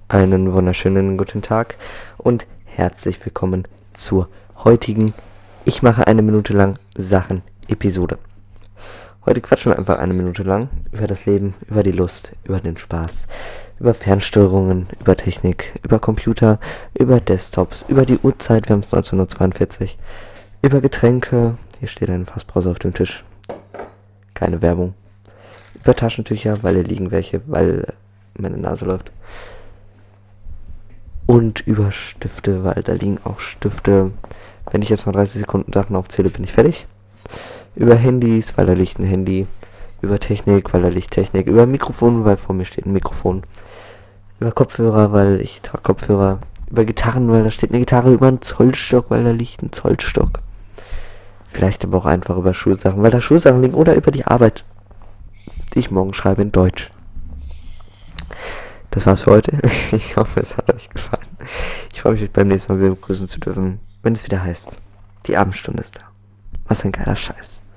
Einen wunderschönen guten Tag und herzlich willkommen zur heutigen Ich mache eine Minute lang Sachen Episode. Heute quatschen wir einfach eine Minute lang über das Leben, über die Lust, über den Spaß, über Fernsteuerungen, über Technik, über Computer, über Desktops, über die Uhrzeit, wir haben es 19:42 Uhr, über Getränke, hier steht eine Fassbrause auf dem Tisch, keine Werbung, über Taschentücher, weil hier liegen welche, weil meine Nase läuft. Und über Stifte, weil da liegen auch Stifte. Wenn ich jetzt noch 30 Sekunden Sachen aufzähle, bin ich fertig. Über Handys, weil da liegt ein Handy. Über Technik, weil da liegt Technik. Über Mikrofon, weil vor mir steht ein Mikrofon. Über Kopfhörer, weil ich trage Kopfhörer. Über Gitarren, weil da steht eine Gitarre. Über einen Zollstock, weil da liegt ein Zollstock. Vielleicht aber auch einfach über Schulsachen, weil da Schulsachen liegen. Oder über die Arbeit, die ich morgen schreibe in Deutsch. Das war's für heute. Ich hoffe, es hat euch gefallen. Ich freue mich, euch beim nächsten Mal wieder begrüßen zu dürfen, wenn es wieder heißt, die Abendstunde ist da. Was ein geiler Scheiß.